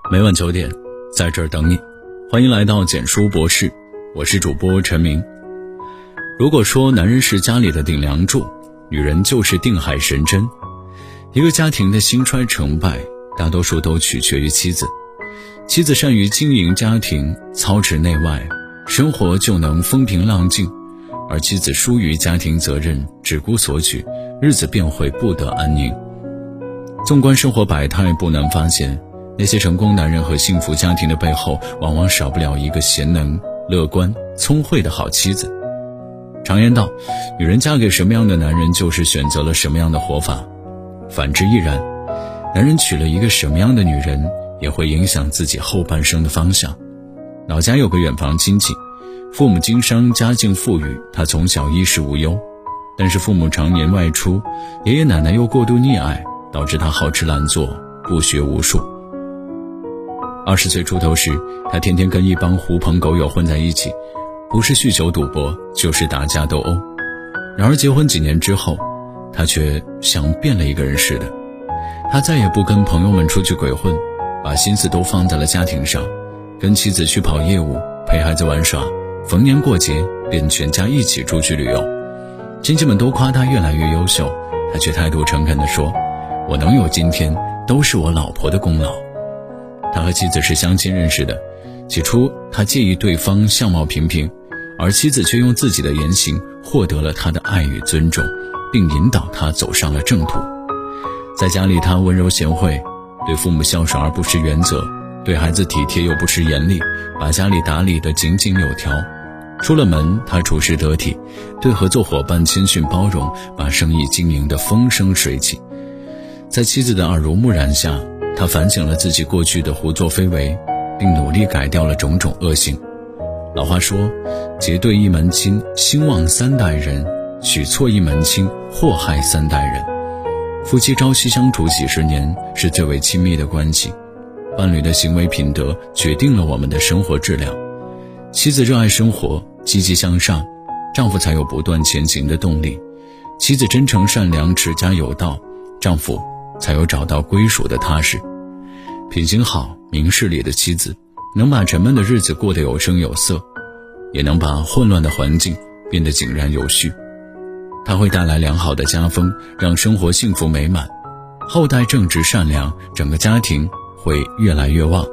每晚9点，在这儿等你。欢迎来到简书博士，我是主播陈明。如果说男人是家里的顶梁柱，女人就是定海神针。一个家庭的兴衰成败，大多数都取决于妻子。妻子善于经营家庭，操持内外，生活就能风平浪静；而妻子疏于家庭责任，只顾索取，日子便会不得安宁。纵观生活百态，不难发现，那些成功男人和幸福家庭的背后，往往少不了一个贤能、乐观、聪慧的好妻子。常言道，女人嫁给什么样的男人，就是选择了什么样的活法。反之亦然，男人娶了一个什么样的女人，也会影响自己后半生的方向。老家有个远房亲戚，父母经商，家境富裕，他从小衣食无忧。但是父母常年外出，爷爷奶奶又过度溺爱，导致他好吃懒做，不学无术。20岁出头时，他天天跟一帮狐朋狗友混在一起，不是酗酒赌博，就是打架斗殴。然而结婚几年之后，他却像变了一个人似的。他再也不跟朋友们出去鬼混，把心思都放在了家庭上，跟妻子去跑业务，陪孩子玩耍，逢年过节便全家一起出去旅游。亲戚们都夸他越来越优秀，他却态度诚恳地说，我能有今天都是我老婆的功劳。他和妻子是相亲认识的，起初他介意对方相貌平平，而妻子却用自己的言行获得了他的爱与尊重，并引导他走上了正途。在家里，他温柔贤惠，对父母孝顺而不失原则，对孩子体贴又不失严厉，把家里打理得井井有条。出了门，他处事得体，对合作伙伴谦逊包容，把生意经营得风生水起。在妻子的耳濡目染下，他反省了自己过去的胡作非为，并努力改掉了种种恶行。老话说，结对一门亲，兴旺3代人；娶错一门亲，祸害3代人。夫妻朝夕相处几十年，是最为亲密的关系。伴侣的行为品德决定了我们的生活质量。妻子热爱生活，积极向上，丈夫才有不断前行的动力。妻子真诚善良，持家有道，丈夫才有找到归属的踏实。品行好、明事理的妻子，能把沉闷的日子过得有声有色，也能把混乱的环境变得井然有序。它会带来良好的家风，让生活幸福美满。后代正直善良，整个家庭会越来越旺。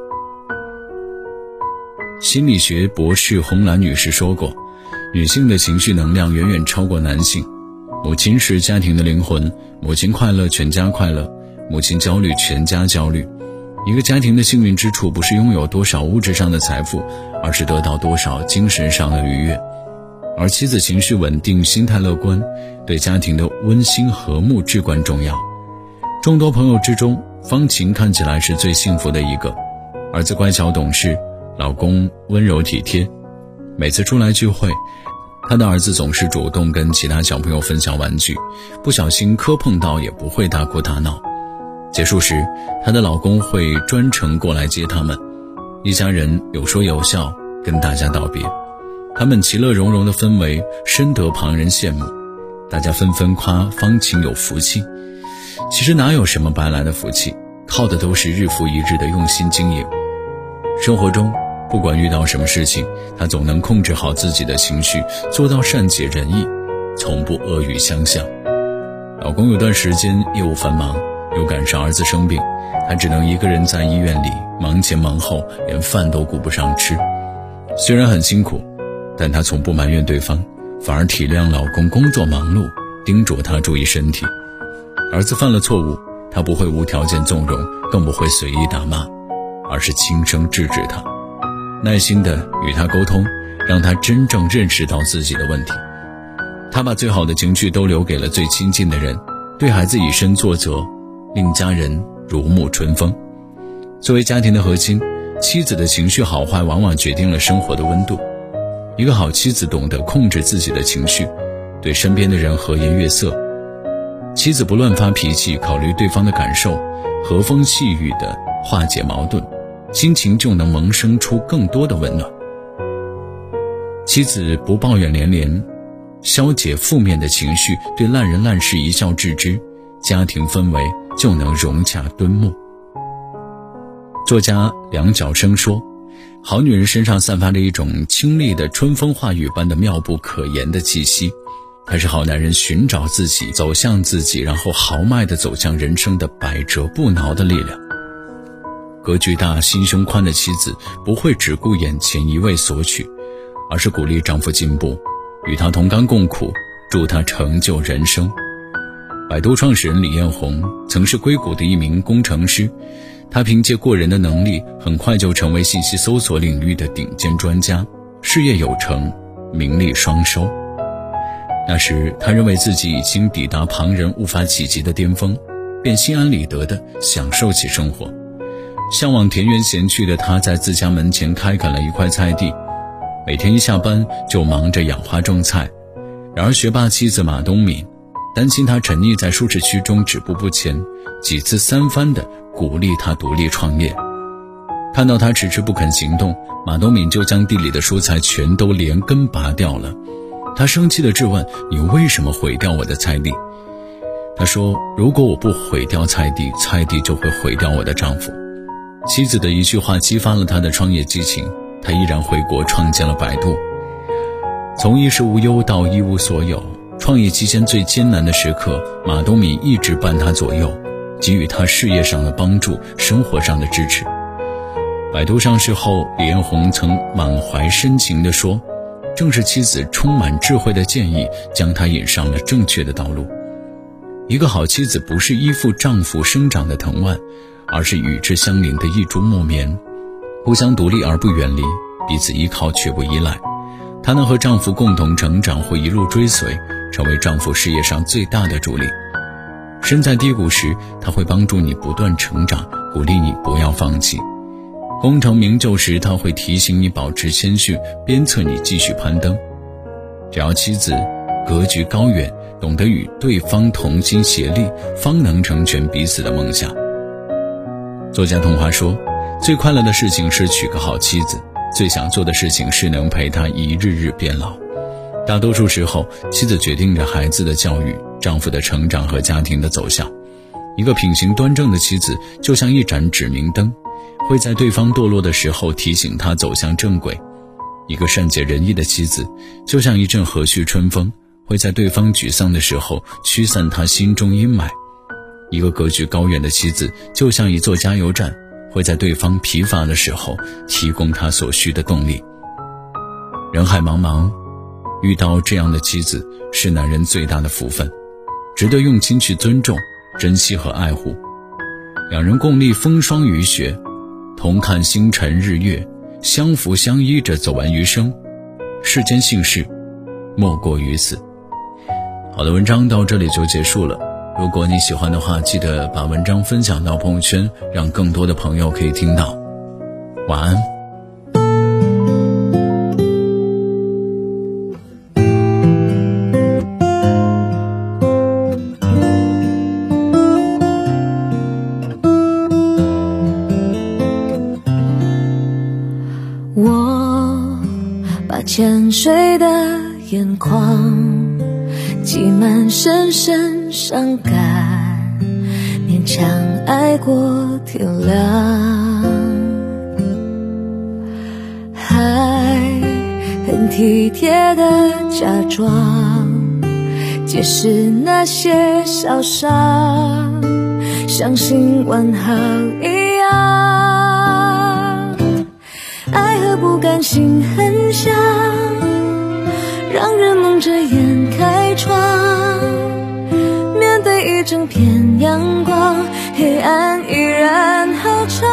心理学博士洪兰女士说过，女性的情绪能量远远超过男性。母亲是家庭的灵魂，母亲快乐，全家快乐；母亲焦虑，全家焦虑。一个家庭的幸运之处，不是拥有多少物质上的财富，而是得到多少精神上的愉悦。而妻子情绪稳定，心态乐观，对家庭的温馨和睦至关重要。众多朋友之中，方晴看起来是最幸福的一个。儿子乖巧懂事，老公温柔体贴。每次出来聚会，他的儿子总是主动跟其他小朋友分享玩具，不小心磕碰到也不会大哭大闹。结束时，她的老公会专程过来接他们，一家人有说有笑跟大家道别。他们其乐融融的氛围深得旁人羡慕，大家纷纷夸方晴有福气。其实哪有什么白来的福气，靠的都是日复一日的用心经营。生活中不管遇到什么事情，她总能控制好自己的情绪，做到善解人意，从不恶语相向。老公有段时间业务繁忙，又赶上儿子生病，她只能一个人在医院里忙前忙后，连饭都顾不上吃。虽然很辛苦，但她从不埋怨对方，反而体谅老公工作忙碌，叮嘱他注意身体。儿子犯了错误，她不会无条件纵容，更不会随意打骂，而是轻声制止他，耐心地与他沟通，让他真正认识到自己的问题。他把最好的情绪都留给了最亲近的人，对孩子以身作则，令家人如沐春风。作为家庭的核心，妻子的情绪好坏往往决定了生活的温度。一个好妻子懂得控制自己的情绪，对身边的人和颜悦色。妻子不乱发脾气，考虑对方的感受，和风细雨地化解矛盾，心情就能萌生出更多的温暖。妻子不抱怨连连，消解负面的情绪，对烂人烂事一笑置之，家庭氛围就能融洽敦睦。 作家梁晓声说，好女人身上散发着一种清丽的春风化雨般的妙不可言的气息，它是好男人寻找自己，走向自己，然后豪迈地走向人生的百折不挠的力量。格局大、心胸宽的妻子不会只顾眼前一味索取，而是鼓励丈夫进步，与他同甘共苦，助他成就人生。百度创始人李彦宏曾是硅谷的一名工程师，他凭借过人的能力，很快就成为信息搜索领域的顶尖专家，事业有成，名利双收。那时他认为自己已经抵达旁人无法企及的巅峰，便心安理得地享受起生活。向往田园闲趣的他，在自家门前开垦了一块菜地，每天一下班就忙着养花种菜。然而学霸妻子马东敏担心他沉溺在舒适区中止步不前，几次三番地鼓励他独立创业。看到他迟迟不肯行动，马东敏就将地里的蔬菜全都连根拔掉了。他生气地质问，你为什么毁掉我的菜地？他说，如果我不毁掉菜地，菜地就会毁掉我的丈夫。妻子的一句话激发了他的创业激情，他毅然回国创建了百度。从衣食无忧到一无所有，创业期间最艰难的时刻，马东敏一直伴他左右，给予他事业上的帮助，生活上的支持。百度上市后，李彦宏曾满怀深情地说，正是妻子充满智慧的建议，将他引上了正确的道路。一个好妻子不是依附丈夫生长的藤蔓，而是与之相邻的一株木棉，互相独立而不远离，彼此依靠却不依赖。她能和丈夫共同成长，或一路追随，成为丈夫事业上最大的助力。身在低谷时，她会帮助你不断成长，鼓励你不要放弃。功成名就时，她会提醒你保持谦逊，鞭策你继续攀登。只要妻子格局高远，懂得与对方同心协力，方能成全彼此的梦想。作家童话说，最快乐的事情是娶个好妻子，最想做的事情是能陪她一日日变老。大多数时候，妻子决定着孩子的教育、丈夫的成长和家庭的走向。一个品行端正的妻子就像一盏指明灯，会在对方堕落的时候提醒他走向正轨。一个善解人意的妻子就像一阵和煦春风，会在对方沮丧的时候驱散他心中阴霾。一个格局高远的妻子就像一座加油站，会在对方疲乏的时候提供他所需的动力。人海茫茫，遇到这样的妻子是男人最大的福分，值得用心去尊重、珍惜和爱护。两人共历风霜雨雪，同看星辰日月，相扶相依着走完余生。世间幸事莫过于此。好的，文章到这里就结束了。如果你喜欢的话，记得把文章分享到朋友圈，让更多的朋友可以听到。晚安。 我把浅水的眼眶挤满深深伤感，勉强爱过天亮，还很体贴的假装解释那些小伤，相信完好一样。爱和不甘心很像，让人蒙着眼开窗，面对一整片阳光，黑暗依然好长。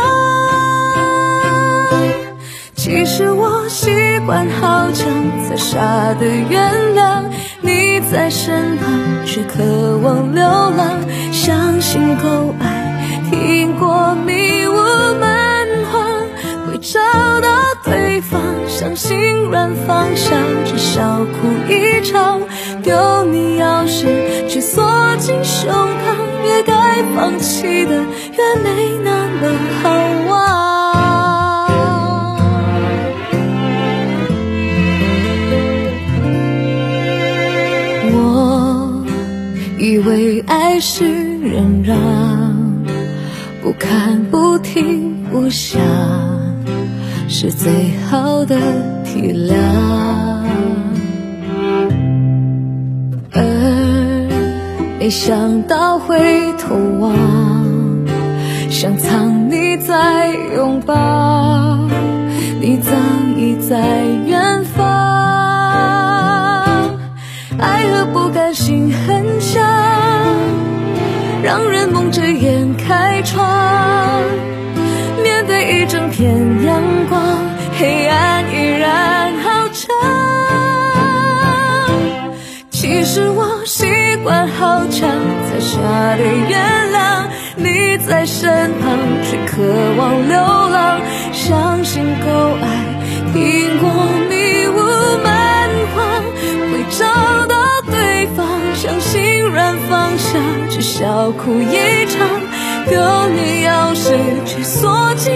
其实我习惯好强才傻的原谅，你在身旁却渴望流浪，相信够爱，听过迷雾蛮荒，会找到对方，相信软放下，只小哭一场，丢你钥匙却锁进胸膛，也该放弃的越没那么好忘。我以为爱是忍让，不看不听不下，是最好的体谅。而没想到回头望，想藏匿在拥抱，你早已在远方。爱和不甘心很像，让人蒙着眼开窗，面对一整片阳光，黑暗依然好长。其实我习惯好强才下的原谅，你在身旁却渴望流浪，相信够爱听过迷雾蛮荒，会找到对方，相信软放下，只笑哭一场，丢你钥匙却锁紧